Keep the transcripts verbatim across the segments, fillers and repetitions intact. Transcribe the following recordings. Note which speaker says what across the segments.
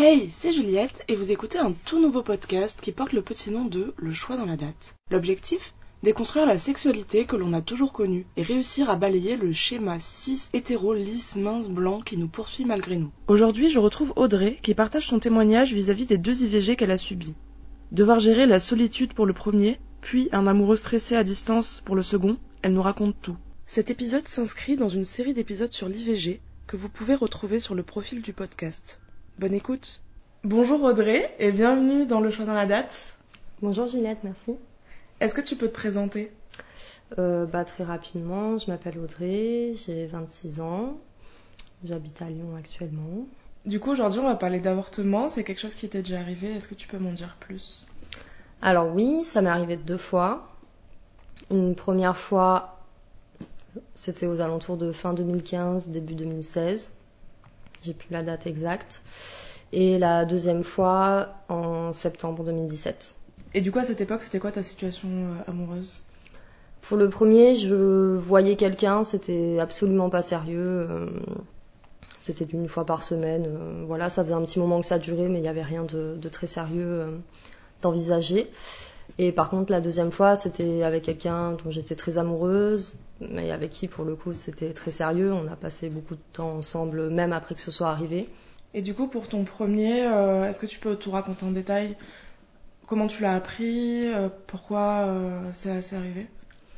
Speaker 1: Hey, c'est Juliette et vous écoutez un tout nouveau podcast qui porte le petit nom de Le choix dans la date. L'objectif ? Déconstruire la sexualité que l'on a toujours connue et réussir à balayer le schéma cis, hétéro, lisse, mince, blanc qui nous poursuit malgré nous. Aujourd'hui, je retrouve Audrey qui partage son témoignage vis-à-vis des deux I V G qu'elle a subies. Devoir gérer la solitude pour le premier, puis un amoureux stressé à distance pour le second, elle nous raconte tout. Cet épisode s'inscrit dans une série d'épisodes sur l'I V G que vous pouvez retrouver sur le profil du podcast. Bonne écoute. Bonjour Audrey et bienvenue dans Le choix dans la date.
Speaker 2: Bonjour Juliette, merci.
Speaker 1: Est-ce que tu peux te présenter ?
Speaker 2: euh, bah, Très rapidement, je m'appelle Audrey, j'ai vingt-six ans, j'habite à Lyon actuellement.
Speaker 1: Du coup aujourd'hui on va parler d'avortement, c'est quelque chose qui t'est déjà arrivé, est-ce que tu peux m'en dire plus ?
Speaker 2: Alors oui, ça m'est arrivé deux fois. Une première fois, c'était aux alentours de fin deux mille quinze, début deux mille seize. J'ai plus la date exacte. Et la deuxième fois en septembre deux mille dix-sept.
Speaker 1: Et du coup à cette époque, c'était quoi ta situation euh, amoureuse ?
Speaker 2: Pour le premier, je voyais quelqu'un, c'était absolument pas sérieux. Euh, c'était une fois par semaine. Euh, voilà, ça faisait un petit moment que ça durait, mais il n'y avait rien de, de très sérieux euh, d'envisager. Et par contre, la deuxième fois, c'était avec quelqu'un dont j'étais très amoureuse, mais avec qui, pour le coup, c'était très sérieux. On a passé beaucoup de temps ensemble, même après que ce soit arrivé.
Speaker 1: Et du coup, pour ton premier, euh, est-ce que tu peux tout raconter en détail ? Comment tu l'as appris ? euh, Pourquoi euh, c'est, c'est arrivé ?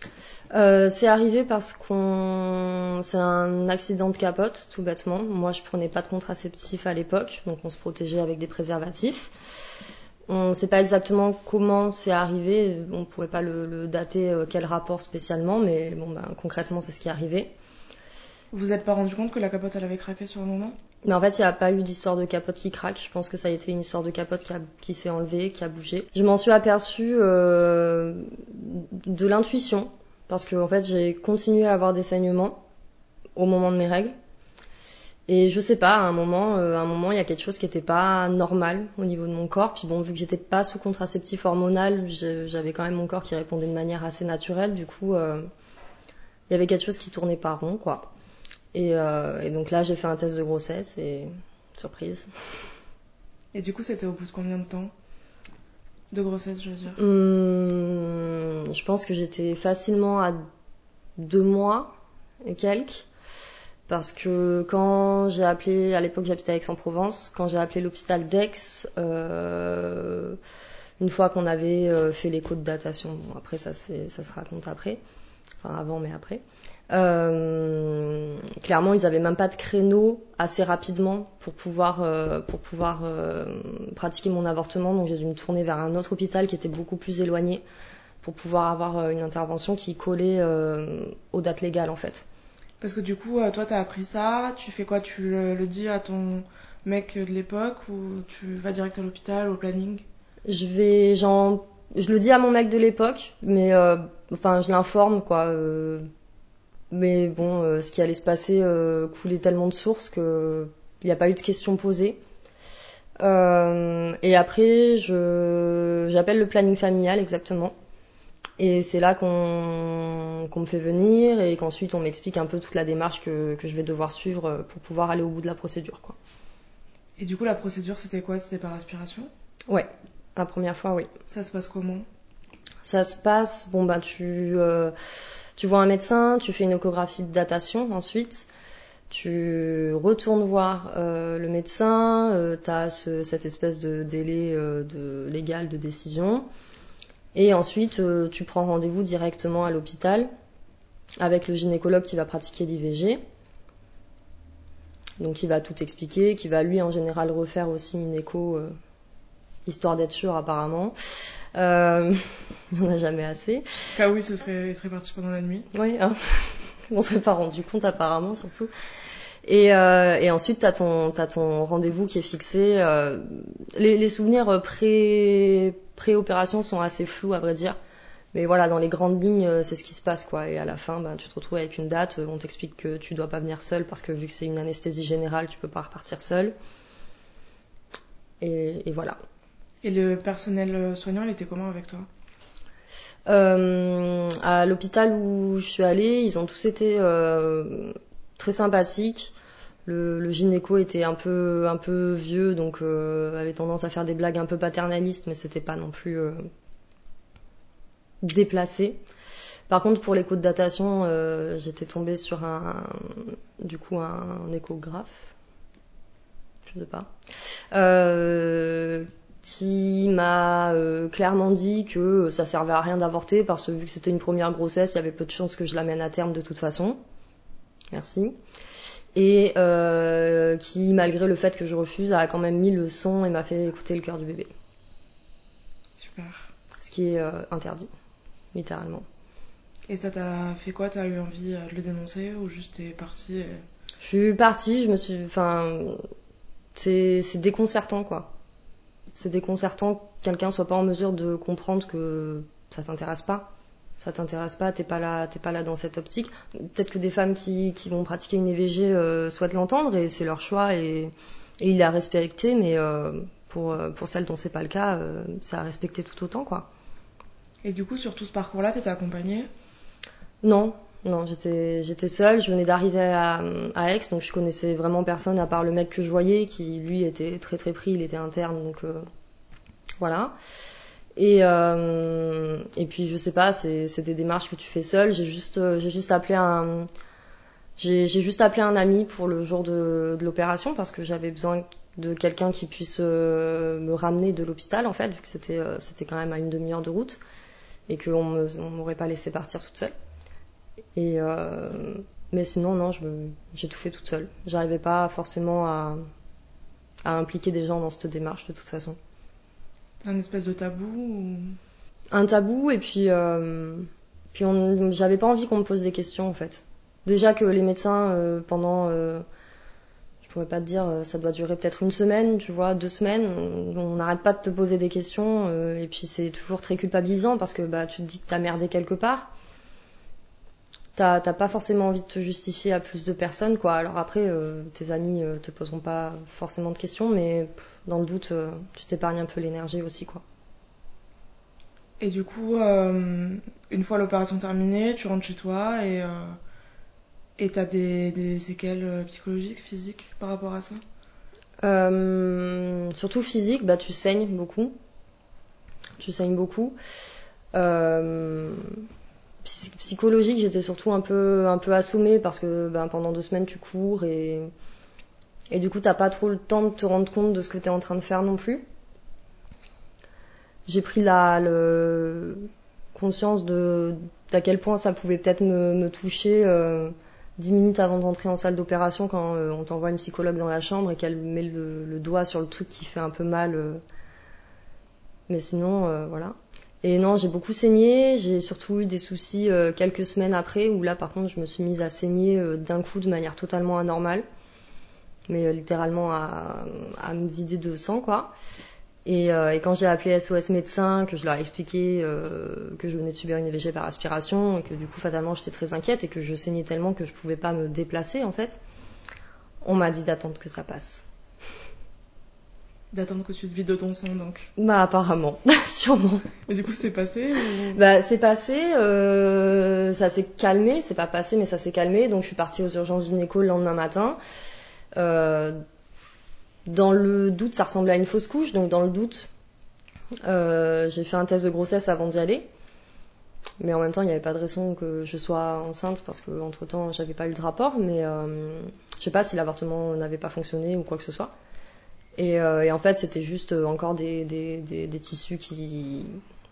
Speaker 2: euh, C'est arrivé parce qu'on... C'est un accident de capote, tout bêtement. Moi, je prenais pas de contraceptif à l'époque, donc on se protégeait avec des préservatifs. On ne sait pas exactement comment c'est arrivé, on ne pouvait pas le, le dater, euh, quel rapport spécialement, mais bon, ben, concrètement, c'est ce qui est arrivé.
Speaker 1: Vous vous êtes pas rendu compte que la capote elle avait craqué sur un moment ?
Speaker 2: Mais en fait, il n'y a pas eu d'histoire de capote qui craque. Je pense que ça a été une histoire de capote qui, a, qui s'est enlevée, qui a bougé. Je m'en suis aperçue euh, de l'intuition, parce que en fait, j'ai continué à avoir des saignements au moment de mes règles. Et je sais pas, à un moment, euh, à un moment, il y a quelque chose qui était pas normal au niveau de mon corps. Puis bon, vu que j'étais pas sous contraceptif hormonal, je, j'avais quand même mon corps qui répondait de manière assez naturelle. Du coup, euh, il y avait quelque chose qui tournait pas rond, quoi. Et, euh, et donc là, j'ai fait un test de grossesse et surprise.
Speaker 1: Et du coup, c'était au bout de combien de temps ? De grossesse, je veux dire.
Speaker 2: Hum, je pense que j'étais facilement à deux mois et quelques. Parce que quand j'ai appelé, à l'époque j'habitais à Aix-en-Provence, quand j'ai appelé l'hôpital d'Aix, euh, une fois qu'on avait euh, fait l'écho de datation, bon après ça, c'est, ça se raconte après, enfin avant mais après, euh, clairement ils avaient même pas de créneau assez rapidement pour pouvoir, euh, pour pouvoir euh, pratiquer mon avortement, donc j'ai dû me tourner vers un autre hôpital qui était beaucoup plus éloigné pour pouvoir avoir une intervention qui collait euh, aux dates légales en fait.
Speaker 1: Parce que du coup, toi, t'as appris ça, tu fais quoi ? Tu le, le dis à ton mec de l'époque ou tu vas direct à l'hôpital, au planning ?
Speaker 2: Je vais, j'en, je le dis à mon mec de l'époque, mais euh, enfin, je l'informe quoi. Euh, mais bon, euh, ce qui allait se passer euh, coulait tellement de sources que il n'y a pas eu de questions posées. Euh, et après, je, j'appelle le planning familial exactement. Et c'est là qu'on, qu'on me fait venir et qu'ensuite on m'explique un peu toute la démarche que, que je vais devoir suivre pour pouvoir aller au bout de la procédure, quoi.
Speaker 1: Et du coup, la procédure, c'était quoi ? C'était par aspiration ?
Speaker 2: Ouais, la première fois, oui.
Speaker 1: Ça se passe comment ?
Speaker 2: Ça se passe, bon bah tu, euh, tu vois un médecin, tu fais une échographie de datation ensuite. Tu retournes voir euh, le médecin, euh, tu as ce, cette espèce de délai euh, de, légal de décision. Et ensuite, euh, tu prends rendez-vous directement à l'hôpital avec le gynécologue qui va pratiquer l'I V G. Donc, il va tout expliquer, qui va lui en général refaire aussi une écho, euh, histoire d'être sûr apparemment. Euh, il n'y en a jamais assez.
Speaker 1: Cas où il serait, il serait parti pendant la nuit.
Speaker 2: Oui, hein. On ne serait pas rendu compte apparemment surtout. Et, euh, et ensuite, tu as ton, t'as ton rendez-vous qui est fixé. Euh, les, les souvenirs pré, pré-opération sont assez flous, à vrai dire. Mais voilà, dans les grandes lignes, c'est ce qui se passe, quoi. Et à la fin, ben, tu te retrouves avec une date. On t'explique que tu dois pas venir seul parce que vu que c'est une anesthésie générale, tu peux pas repartir seul. Et, et voilà.
Speaker 1: Et le personnel soignant, il était comment avec toi ?
Speaker 2: euh, À l'hôpital où je suis allée, ils ont tous été... Euh, très sympathique. Le, le gynéco était un peu, un peu vieux, donc euh, avait tendance à faire des blagues un peu paternalistes, mais c'était pas non plus euh, déplacé. Par contre, pour l'écho de datation, euh, j'étais tombée sur un, du coup, un, un échographe, je sais pas, euh, qui m'a euh, clairement dit que ça servait à rien d'avorter parce que vu que c'était une première grossesse, il y avait peu de chances que je l'amène à terme de toute façon. Merci. Et euh, qui, malgré le fait que je refuse, a quand même mis le son et m'a fait écouter le cœur du bébé.
Speaker 1: Super.
Speaker 2: Ce qui est euh, interdit, littéralement.
Speaker 1: Et ça t'a fait quoi? T'as eu envie de le dénoncer ou juste t'es partie et...
Speaker 2: Je suis partie, je me suis... Enfin, c'est, c'est déconcertant, quoi. C'est déconcertant que quelqu'un soit pas en mesure de comprendre que ça t'intéresse pas. Ça t'intéresse pas, t'es pas là, t'es pas là dans cette optique. Peut-être que des femmes qui, qui vont pratiquer une I V G euh, souhaitent l'entendre et c'est leur choix et, et il est à respecter, mais euh, pour, pour celles dont c'est pas le cas, euh, c'est à respecter tout autant, quoi.
Speaker 1: Et du coup, sur tout ce parcours-là, t'étais accompagnée?
Speaker 2: Non, non, j'étais, j'étais seule, je venais d'arriver à, à Aix, donc je connaissais vraiment personne à part le mec que je voyais, qui lui était très très pris, il était interne, donc euh, voilà. Et, euh, et puis je sais pas, c'est, c'est des démarches que tu fais seule. J'ai juste, j'ai juste appelé un, j'ai, j'ai juste appelé un ami pour le jour de, de l'opération parce que j'avais besoin de quelqu'un qui puisse euh, me ramener de l'hôpital en fait, vu que c'était, euh, c'était quand même à une demi-heure de route et qu'on me, on m'aurait pas laissé partir toute seule. Et euh, mais sinon non, je me, j'ai tout fait toute seule. J'arrivais pas forcément à, à impliquer des gens dans cette démarche de toute façon.
Speaker 1: Un espèce de tabou ou...
Speaker 2: Un tabou et puis euh, puis on, j'avais pas envie qu'on me pose des questions en fait. Déjà que les médecins euh, pendant euh, je pourrais pas te dire ça doit durer peut-être une semaine, tu vois, deux semaines, on n'arrête pas de te poser des questions euh, et puis c'est toujours très culpabilisant parce que bah tu te dis que t'as merdé quelque part. T'as, t'as pas forcément envie de te justifier à plus de personnes quoi. Alors après euh, tes amis euh, te poseront pas forcément de questions mais pff, dans le doute euh, tu t'épargnes un peu l'énergie aussi quoi.
Speaker 1: Et du coup, euh, une fois l'opération terminée, tu rentres chez toi et, euh, et t'as des, des séquelles psychologiques, physiques par rapport à ça?
Speaker 2: Euh, surtout physique, bah tu saignes beaucoup. Tu saignes beaucoup. Euh, psychologique, j'étais surtout un peu, un peu assommée parce que ben, pendant deux semaines tu cours et, et du coup t'as pas trop le temps de te rendre compte de ce que t'es en train de faire non plus. J'ai pris la le, conscience de d'à quel point ça pouvait peut-être me, me toucher euh, dix minutes avant d'entrer en salle d'opération quand euh, on t'envoie une psychologue dans la chambre et qu'elle met le, le doigt sur le truc qui fait un peu mal. Euh, mais sinon, euh, voilà. Et non, j'ai beaucoup saigné, j'ai surtout eu des soucis euh, quelques semaines après, où là par contre je me suis mise à saigner euh, d'un coup de manière totalement anormale, mais euh, littéralement à, à me vider de sang quoi. Et, euh, et quand j'ai appelé S O S médecin, que je leur ai expliqué euh, que je venais de subir une I V G par aspiration, et que du coup fatalement j'étais très inquiète et que je saignais tellement que je pouvais pas me déplacer en fait, on m'a dit d'attendre que ça passe.
Speaker 1: D'attendre que tu te vides de ton sang donc.
Speaker 2: Bah apparemment, sûrement.
Speaker 1: Et du coup c'est passé ou...
Speaker 2: Bah c'est passé, euh, ça s'est calmé, c'est pas passé mais ça s'est calmé, donc je suis partie aux urgences gynéco le lendemain matin. Euh, dans le doute, ça ressemblait à une fausse couche, donc dans le doute, euh, j'ai fait un test de grossesse avant d'y aller. Mais en même temps, il n'y avait pas de raison que je sois enceinte parce que entre temps, j'avais pas eu de rapport, mais euh, je sais pas si l'avortement n'avait pas fonctionné ou quoi que ce soit. Et, euh, et en fait, c'était juste encore des, des, des, des tissus qui,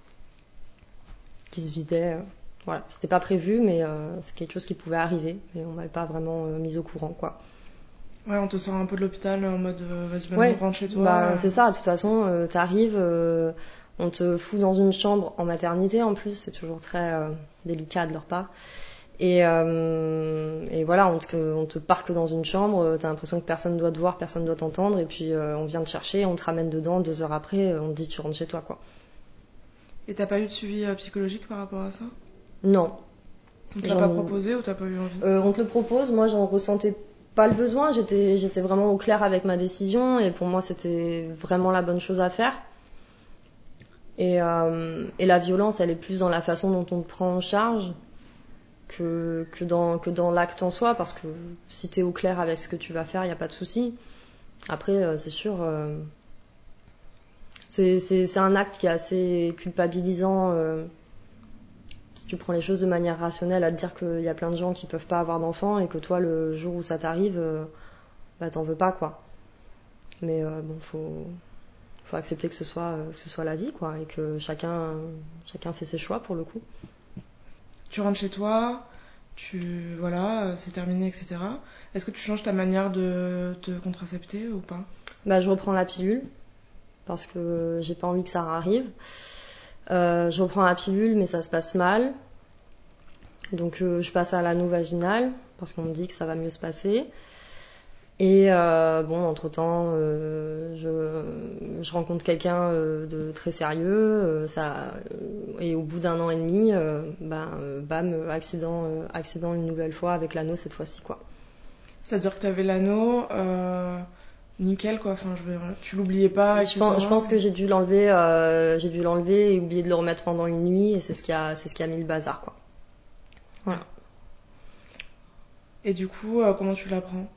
Speaker 2: qui se vidaient. Voilà, c'était pas prévu, mais euh, c'est quelque chose qui pouvait arriver, mais on m'avait pas vraiment euh, mise au courant, quoi.
Speaker 1: Ouais, on te sort un peu de l'hôpital en mode euh, vas-y, maintenant
Speaker 2: Ouais,
Speaker 1: rentre chez toi.
Speaker 2: bah
Speaker 1: euh...
Speaker 2: c'est ça. De toute façon, euh, t'arrives, euh, on te fout dans une chambre en maternité en plus, c'est toujours très euh, délicat de leur part. Et, euh, et voilà, on te, on te parque dans une chambre, t'as l'impression que personne doit te voir, personne doit t'entendre, et puis euh, on vient te chercher, on te ramène dedans, deux heures après, on te dit tu rentres chez toi, quoi.
Speaker 1: Et t'as pas eu de suivi euh, psychologique par rapport à ça?
Speaker 2: Non.
Speaker 1: On te l'a pas proposé ou t'as pas eu envie?
Speaker 2: euh, On te le propose, moi j'en ressentais pas le besoin, j'étais, j'étais vraiment au clair avec ma décision, et pour moi c'était vraiment la bonne chose à faire. Et, euh, et la violence, elle est plus dans la façon dont on te prend en charge. que, que dans, que dans l'acte en soi, parce que si t'es au clair avec ce que tu vas faire, il n'y a pas de souci. Après, euh, c'est sûr, euh, c'est, c'est, c'est un acte qui est assez culpabilisant. Euh, si tu prends les choses de manière rationnelle, à te dire qu'il y a plein de gens qui peuvent pas avoir d'enfants et que toi, le jour où ça t'arrive, euh, bah t'en veux pas, quoi. Mais euh, bon, faut, faut accepter que ce soit, euh, que ce soit la vie, quoi, et que chacun, chacun fait ses choix pour le coup.
Speaker 1: Tu rentres chez toi, tu voilà, c'est terminé, et cetera. Est-ce que tu changes ta manière de te contracepter ou pas?
Speaker 2: Bah, je reprends la pilule parce que j'ai pas envie que ça arrive. Euh, je reprends la pilule, mais ça se passe mal. Donc euh, je passe à l'anneau vaginal parce qu'on me dit que ça va mieux se passer. Et euh, bon, entre-temps, euh, je, je rencontre quelqu'un euh, de très sérieux. Euh, ça, euh, et au bout d'un an et demi, euh, bah, euh, bam, accident, euh, accident une nouvelle fois avec l'anneau cette fois-ci, quoi.
Speaker 1: C'est-à-dire que t'avais l'anneau, euh, nickel quoi. Enfin, je veux, tu l'oubliais pas,
Speaker 2: Je pense, je pense que j'ai dû l'enlever, euh, j'ai dû l'enlever et oublier de le remettre pendant une nuit, et c'est ce qui a, c'est ce qui a mis le bazar, quoi. Voilà.
Speaker 1: Et du coup, euh, comment tu l'apprends?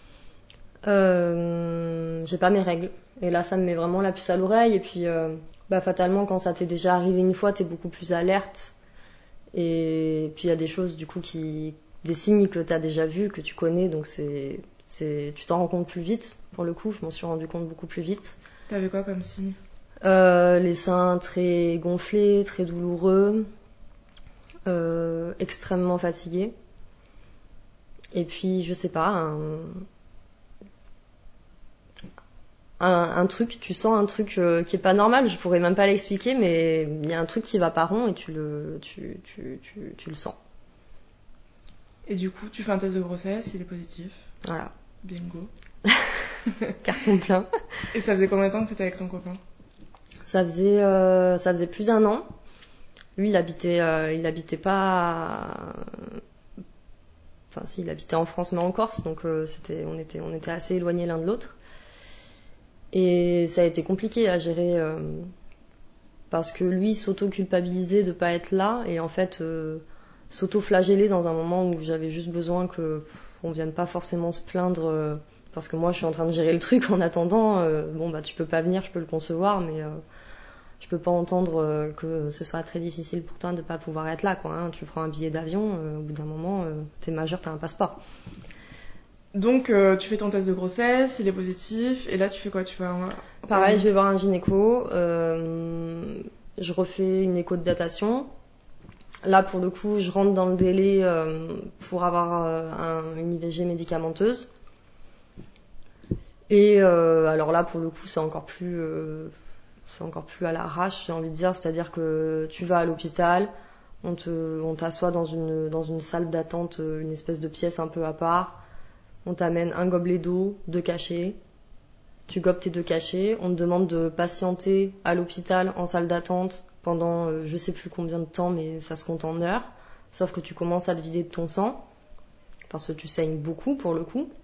Speaker 2: Euh, j'ai pas mes règles. Et là, ça me met vraiment la puce à l'oreille. Et puis, euh, bah, fatalement, quand ça t'est déjà arrivé une fois, t'es beaucoup plus alerte. Et puis, il y a des choses, du coup, qui, des signes que t'as déjà vus, que tu connais. Donc, c'est, c'est, tu t'en rends compte plus vite. Pour le coup, je m'en suis rendu compte beaucoup plus vite.
Speaker 1: T'avais quoi comme signe?
Speaker 2: Euh, les seins très gonflés, très douloureux, euh, extrêmement fatigués. Et puis, je sais pas, un, Un, un truc, tu sens un truc euh, qui est pas normal, je pourrais même pas l'expliquer, mais il y a un truc qui va pas rond et tu le, tu, tu, tu, tu le sens.
Speaker 1: Et du coup, tu fais un test de grossesse, il est positif.
Speaker 2: Voilà.
Speaker 1: Bingo.
Speaker 2: Carton plein.
Speaker 1: Et ça faisait combien de temps que t'étais avec ton copain?
Speaker 2: Ça faisait, euh, ça faisait plus d'un an. Lui, il habitait, euh, il habitait pas. Enfin, si, il habitait en France, mais en Corse, donc euh, c'était, on était, on était assez éloignés l'un de l'autre. Et ça a été compliqué à gérer. Euh, parce que lui s'auto-culpabilisait de pas être là et en fait euh, s'auto-flageller dans un moment où j'avais juste besoin que pff, on vienne pas forcément se plaindre euh, parce que moi je suis en train de gérer le truc en attendant. Euh, bon bah tu peux pas venir, je peux le concevoir, mais euh, je peux pas entendre euh, que ce soit très difficile pour toi de pas pouvoir être là, quoi. Hein. Tu prends un billet d'avion, euh, au bout d'un moment euh, t'es majeur, t'as un passeport.
Speaker 1: Donc euh, tu fais ton test de grossesse, il est positif, et là tu fais quoi? Tu vas
Speaker 2: Pareil, je vais voir un gynéco, euh, je refais une écho de datation. Là, pour le coup, je rentre dans le délai euh, pour avoir euh, un, une I V G médicamenteuse. Et euh, alors là, pour le coup, c'est encore plus, euh, c'est encore plus à l'arrache, j'ai envie de dire. C'est-à-dire que tu vas à l'hôpital, on te, on t'assoit dans une, dans une salle d'attente, une espèce de pièce un peu à part. On t'amène un gobelet d'eau, deux cachets. Tu gobes tes deux cachets. On te demande de patienter à l'hôpital en salle d'attente pendant euh, je sais plus combien de temps, mais ça se compte en heures. Sauf que tu commences à te vider de ton sang, parce que tu saignes beaucoup pour le coup.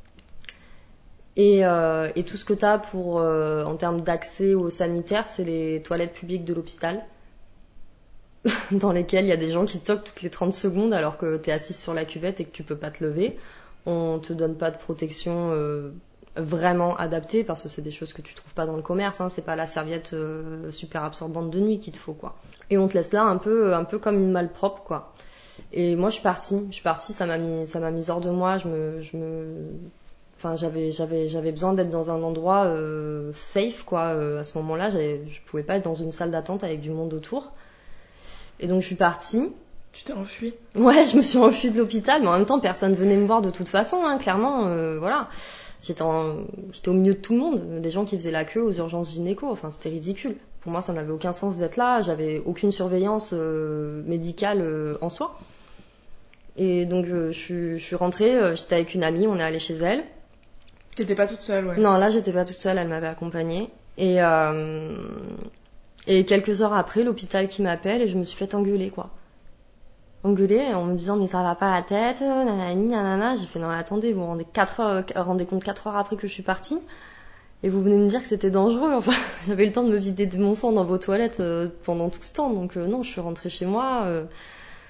Speaker 2: Et, euh, et tout ce que tu as pour, euh, en termes d'accès aux sanitaires, c'est les toilettes publiques de l'hôpital, dans lesquelles il y a des gens qui toquent toutes les trente secondes alors que tu es assise sur la cuvette et que tu peux pas te lever. On te donne pas de protection euh, vraiment adaptée parce que c'est des choses que tu trouves pas dans le commerce, hein. C'est pas la serviette euh, super absorbante de nuit qu'il te faut, quoi. Et on te laisse là un peu, un peu comme une malpropre, quoi. Et moi je suis partie, je suis partie, ça m'a mis, ça m'a mis hors de moi. Je me, je me, enfin j'avais, j'avais, j'avais besoin d'être dans un endroit euh, safe, quoi. Euh, à ce moment-là, j'avais, je pouvais pas être dans une salle d'attente avec du monde autour. Et donc je suis partie.
Speaker 1: Tu t'es enfuie?
Speaker 2: Ouais, je me suis enfuie de l'hôpital, mais en même temps personne venait me voir de toute façon, hein, clairement. Euh, voilà. J'étais, en... j'étais au milieu de tout le monde, des gens qui faisaient la queue aux urgences gynéco, enfin c'était ridicule. Pour moi ça n'avait aucun sens d'être là, j'avais aucune surveillance euh, médicale euh, en soi. Et donc euh, je, suis, je suis rentrée, euh, j'étais avec une amie, on est allé chez elle.
Speaker 1: T'étais pas toute seule, ouais?
Speaker 2: Non, là j'étais pas toute seule, elle m'avait accompagnée. Et, euh... et quelques heures après, l'hôpital qui m'appelle et je me suis fait engueuler, quoi. Engueulée en me disant mais ça va pas la tête, nanani nanana. J'ai fait non attendez, vous vous rendez quatre heures, rendez compte quatre heures après que je suis partie et vous venez me dire que c'était dangereux. Enfin, j'avais le temps de me vider de mon sang dans vos toilettes euh, pendant tout ce temps, donc euh, non, je suis rentrée chez moi. Euh,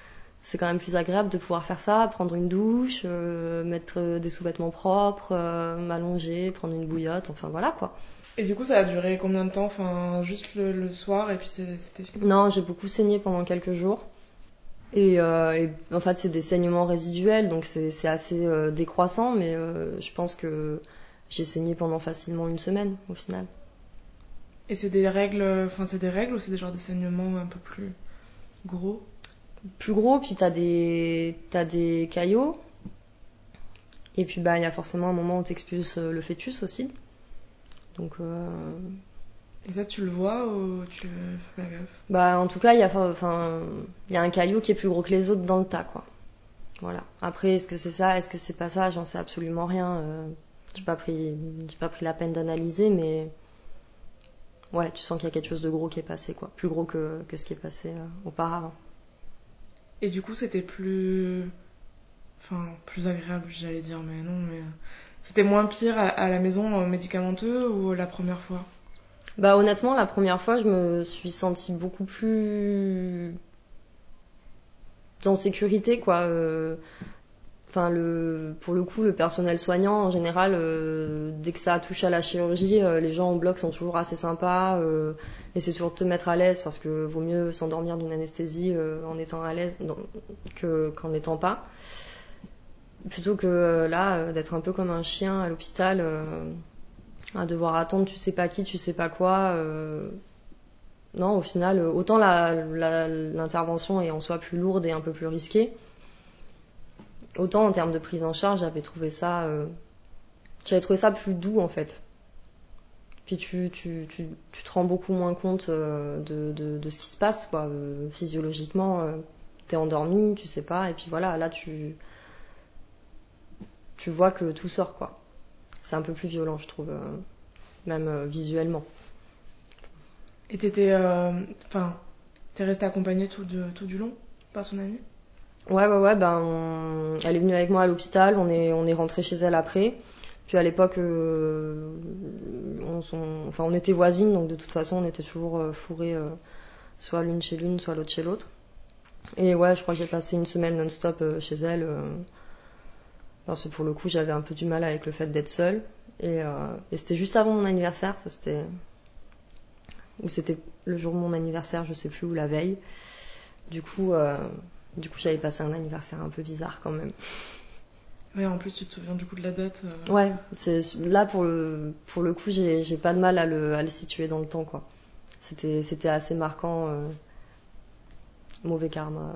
Speaker 2: c'est quand même plus agréable de pouvoir faire ça, prendre une douche, euh, mettre des sous-vêtements propres, euh, m'allonger, prendre une bouillotte, enfin voilà quoi.
Speaker 1: Et du coup, ça a duré combien de temps? Enfin, juste le, le soir et puis c'est, c'était fini?
Speaker 2: Non, j'ai beaucoup saigné pendant quelques jours. Et, euh, et en fait, c'est des saignements résiduels, donc c'est, c'est assez euh, décroissant, mais euh, je pense que j'ai saigné pendant facilement une semaine au final.
Speaker 1: Et c'est des règles, enfin c'est des règles ou c'est des genres de saignements un peu plus gros?
Speaker 2: Plus gros, puis t'as des t'as des caillots, et puis bah il y a forcément un moment où t'expulses le fœtus aussi. Donc euh...
Speaker 1: Et ça tu le vois ou tu fais pas gaffe?
Speaker 2: Bah en tout cas il y a enfin il y a un caillou qui est plus gros que les autres dans le tas quoi. Voilà. Après est-ce que c'est ça, est-ce que c'est pas ça, j'en sais absolument rien. Euh... J'ai pas pris j'ai pas pris la peine d'analyser, mais ouais, tu sens qu'il y a quelque chose de gros qui est passé, quoi. Plus gros que, que ce qui est passé euh, auparavant.
Speaker 1: Et du coup, c'était plus... Enfin, plus agréable, j'allais dire, mais non, mais... C'était moins pire à, à la maison, euh, médicamenteux, ou la première fois?
Speaker 2: Bah honnêtement, la première fois, je me suis sentie beaucoup plus en sécurité, quoi. Euh... Enfin, le, pour le coup, le personnel soignant, en général, euh, dès que ça touche à la chirurgie, euh, les gens en bloc sont toujours assez sympas, euh, essaient toujours de te mettre à l'aise parce que vaut mieux s'endormir d'une anesthésie euh, en étant à l'aise non, que, qu'en n'étant pas. Plutôt que euh, là, euh, d'être un peu comme un chien à l'hôpital, euh, à devoir attendre tu sais pas qui, tu sais pas quoi. Euh... Non, au final, euh, autant la, la, l'intervention est en soi plus lourde et un peu plus risquée, autant en termes de prise en charge, j'avais trouvé ça, euh, j'avais trouvé ça plus doux en fait. Puis tu, tu, tu, tu te rends beaucoup moins compte euh, de, de, de ce qui se passe, quoi. Euh, physiologiquement, euh, t'es endormi, tu sais pas, et puis voilà, là tu, tu vois que tout sort, quoi. C'est un peu plus violent, je trouve, euh, même euh, visuellement.
Speaker 1: Et t'étais... Enfin, euh, t'es restée accompagnée tout, de, tout du long par son amie?
Speaker 2: Ouais, ouais, ouais, ben, on... elle est venue avec moi à l'hôpital, on est, on est rentré chez elle après. Puis à l'époque, euh, on, on, enfin, on était voisines, donc de toute façon, on était toujours euh, fourrées, euh, soit l'une chez l'une, soit l'autre chez l'autre. Et ouais, je crois que j'ai passé une semaine non-stop euh, chez elle, euh, parce que pour le coup, j'avais un peu du mal avec le fait d'être seule. Et, euh, et c'était juste avant mon anniversaire, ça c'était... Ou c'était le jour de mon anniversaire, je sais plus, ou la veille. Du coup, euh, du coup j'avais passé un anniversaire un peu bizarre quand même.
Speaker 1: Ouais, en plus tu te souviens du coup de la date. Euh...
Speaker 2: Ouais, c'est, là pour le, pour le coup j'ai, j'ai pas de mal à le, à le situer dans le temps, quoi. C'était, c'était assez marquant, euh, mauvais karma.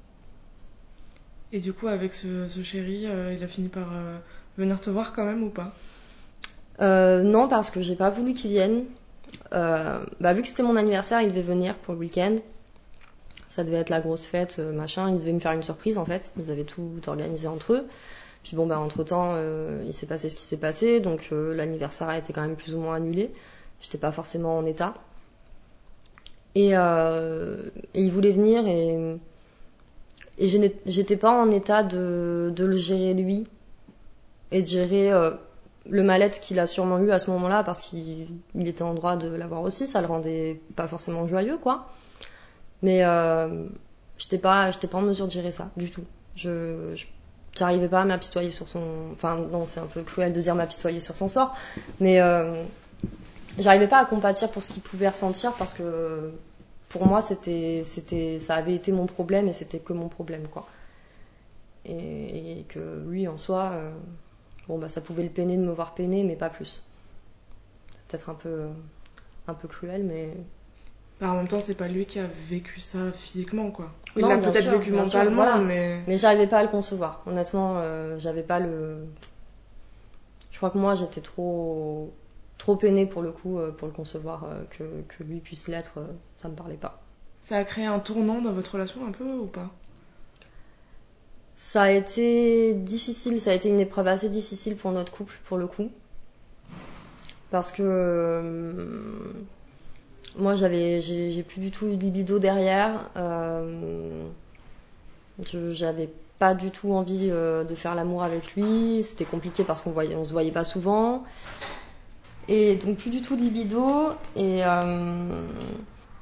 Speaker 1: Et du coup avec ce, ce chéri, euh, il a fini par euh, venir te voir quand même ou pas?
Speaker 2: euh, Non, parce que j'ai pas voulu qu'il vienne. Euh, bah, vu que c'était mon anniversaire, il devait venir pour le week-end. Ça devait être la grosse fête, euh, machin. Ils devaient me faire une surprise en fait. Ils avaient tout organisé entre eux. Puis bon, bah, entre temps, euh, il s'est passé ce qui s'est passé, donc euh, l'anniversaire a été quand même plus ou moins annulé. J'étais pas forcément en état. Et, euh, et il voulait venir et, et je j'étais pas en état de, de le gérer lui et de gérer euh, le mal-être qu'il a sûrement eu à ce moment-là parce qu'il il était en droit de l'avoir aussi. Ça le rendait pas forcément joyeux, quoi. Mais euh, j'étais pas, j'étais pas en mesure de gérer ça du tout. Je, je J'arrivais pas à m'apitoyer sur son... Enfin, non, c'est un peu cruel de dire m'apitoyer sur son sort, mais euh, j'arrivais pas à compatir pour ce qu'il pouvait ressentir parce que pour moi, c'était, c'était, ça avait été mon problème et c'était que mon problème, quoi. Et, et que lui, en soi, euh, bon, bah, ça pouvait le peiner de me voir peiner, mais pas plus. C'est peut-être un peu, un peu cruel, mais...
Speaker 1: Bah, en même temps, c'est pas lui qui a vécu ça physiquement, quoi. Il
Speaker 2: non,
Speaker 1: l'a
Speaker 2: bien
Speaker 1: peut-être
Speaker 2: sûr,
Speaker 1: vécu
Speaker 2: bien
Speaker 1: mentalement,
Speaker 2: sûr, voilà.
Speaker 1: mais...
Speaker 2: Mais j'arrivais pas à le concevoir. Honnêtement, euh, j'avais pas le... Je crois que moi, j'étais trop, trop peinée pour le coup, euh, pour le concevoir, euh, que, que lui puisse l'être, euh, ça me parlait pas.
Speaker 1: Ça a créé un tournant dans votre relation un peu ou pas?
Speaker 2: Ça a été difficile, ça a été une épreuve assez difficile pour notre couple, pour le coup. Parce que euh, moi, j'avais, j'ai, j'ai plus du tout eu de libido derrière. Euh, je, j'avais pas du tout envie euh, de faire l'amour avec lui. C'était compliqué parce qu'on voyait, on se voyait pas souvent. Et donc plus du tout de libido. Et, euh,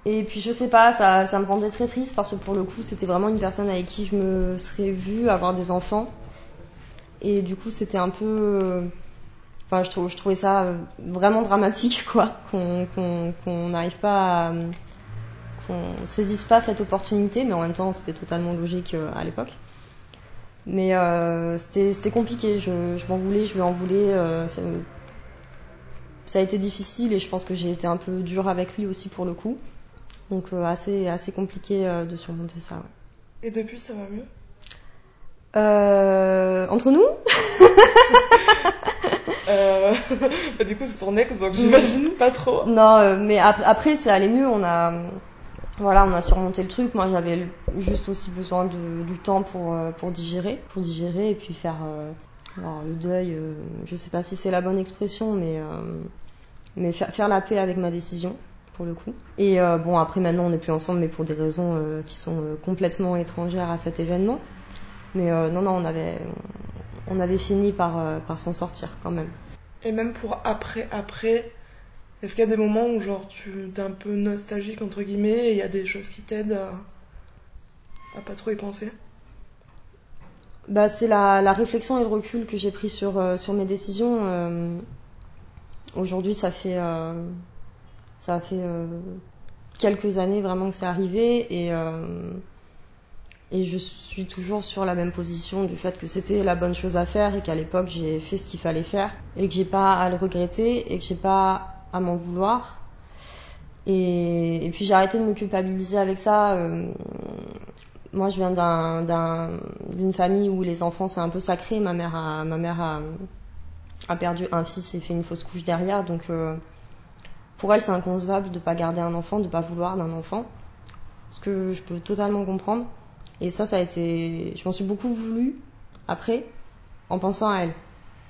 Speaker 2: Et puis je sais pas, ça, ça me rendait très triste parce que pour le coup c'était vraiment une personne avec qui je me serais vue avoir des enfants. Et du coup c'était un peu... Enfin je, trouve, je trouvais ça vraiment dramatique quoi, qu'on qu'on, qu'on n'arrive pas à... qu'on saisisse pas cette opportunité, mais en même temps c'était totalement logique à l'époque. Mais euh, c'était, c'était compliqué, je, je m'en voulais, je lui en voulais. Euh, ça, ça a été difficile et je pense que j'ai été un peu dure avec lui aussi pour le coup. Donc euh, assez, assez compliqué euh, de surmonter ça. Ouais.
Speaker 1: Et depuis, ça va mieux
Speaker 2: euh, Entre nous
Speaker 1: euh, bah, Du coup, c'est ton ex, donc j'imagine pas trop.
Speaker 2: Non, euh, mais ap- après, ça allait mieux. On a, voilà, on a surmonté le truc. Moi, j'avais juste aussi besoin de, du temps pour, euh, pour digérer, pour digérer et puis faire euh, alors, le deuil. Euh, je sais pas si c'est la bonne expression, mais, euh, mais faire, faire la paix avec ma décision. Pour le coup. Et euh, bon, après maintenant on n'est plus ensemble, mais pour des raisons euh, qui sont euh, complètement étrangères à cet événement. Mais euh, non, non, on avait, on avait fini par, euh, par s'en sortir quand même.
Speaker 1: Et même pour après, après, est-ce qu'il y a des moments où genre tu es un peu nostalgique entre guillemets et il y a des choses qui t'aident à, à pas trop y penser?
Speaker 2: Bah, c'est la, la réflexion et le recul que j'ai pris sur, euh, sur mes décisions. Euh, aujourd'hui, ça fait, euh, ça fait euh, quelques années vraiment que c'est arrivé et, euh, et je suis toujours sur la même position du fait que c'était la bonne chose à faire et qu'à l'époque j'ai fait ce qu'il fallait faire et que j'ai pas à le regretter et que j'ai pas à m'en vouloir. Et, et puis j'ai arrêté de me culpabiliser avec ça. Euh, moi, je viens d'un, d'un, d'une famille où les enfants c'est un peu sacré. Ma mère a, ma mère a, a perdu un fils et fait une fausse couche derrière, donc euh, pour elle c'est inconcevable de pas garder un enfant, de pas vouloir d'un enfant, ce que je peux totalement comprendre. Et ça, ça a été, je m'en suis beaucoup voulu après, en pensant à elle,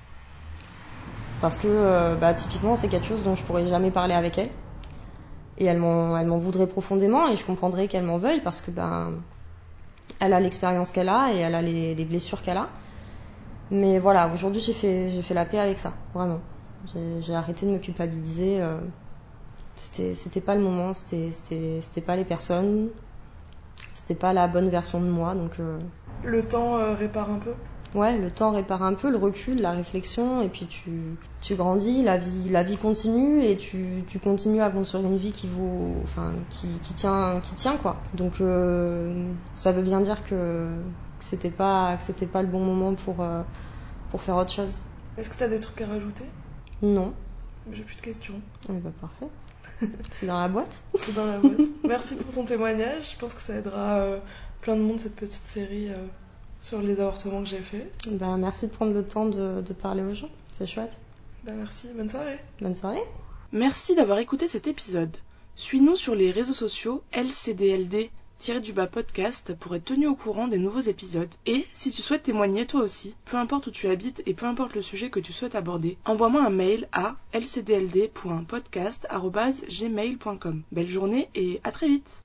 Speaker 2: parce que euh, bah, typiquement c'est quelque chose dont je pourrais jamais parler avec elle. Et elle m'en, elle m'en voudrait profondément et je comprendrais qu'elle m'en veuille parce que ben, elle a l'expérience qu'elle a et elle a les, les blessures qu'elle a. Mais voilà, aujourd'hui j'ai fait, j'ai fait la paix avec ça, vraiment. J'ai, j'ai arrêté de me culpabiliser. Euh, c'était, c'était pas le moment, c'était, c'était, c'était pas les personnes, c'était pas la bonne version de moi. Donc euh...
Speaker 1: le temps euh, répare un peu.
Speaker 2: Ouais, le temps répare un peu, le recul, la réflexion, et puis tu, tu grandis, la vie, la vie continue, et tu, tu continues à construire une vie qui vaut, enfin, qui, qui tient, qui tient quoi. Donc euh, ça veut bien dire que, que c'était pas, que c'était pas le bon moment pour, euh, pour faire autre chose.
Speaker 1: Est-ce que tu as des trucs à rajouter?
Speaker 2: Non.
Speaker 1: J'ai plus de questions.
Speaker 2: Eh ben, parfait. C'est dans la boîte.
Speaker 1: C'est dans la boîte. Merci pour ton témoignage. Je pense que ça aidera euh, plein de monde cette petite série. Euh... sur les avortements que j'ai fait.
Speaker 2: Ben, merci de prendre le temps de, de parler aux gens, c'est chouette.
Speaker 1: Ben, merci, bonne soirée.
Speaker 2: Bonne soirée.
Speaker 1: Merci d'avoir écouté cet épisode. Suis-nous sur les réseaux sociaux L C D L D-du-bas podcast pour être tenu au courant des nouveaux épisodes. Et si tu souhaites témoigner toi aussi, peu importe où tu habites et peu importe le sujet que tu souhaites aborder, envoie-moi un mail à l c d l d point podcast arobase gmail point com. Belle journée et à très vite.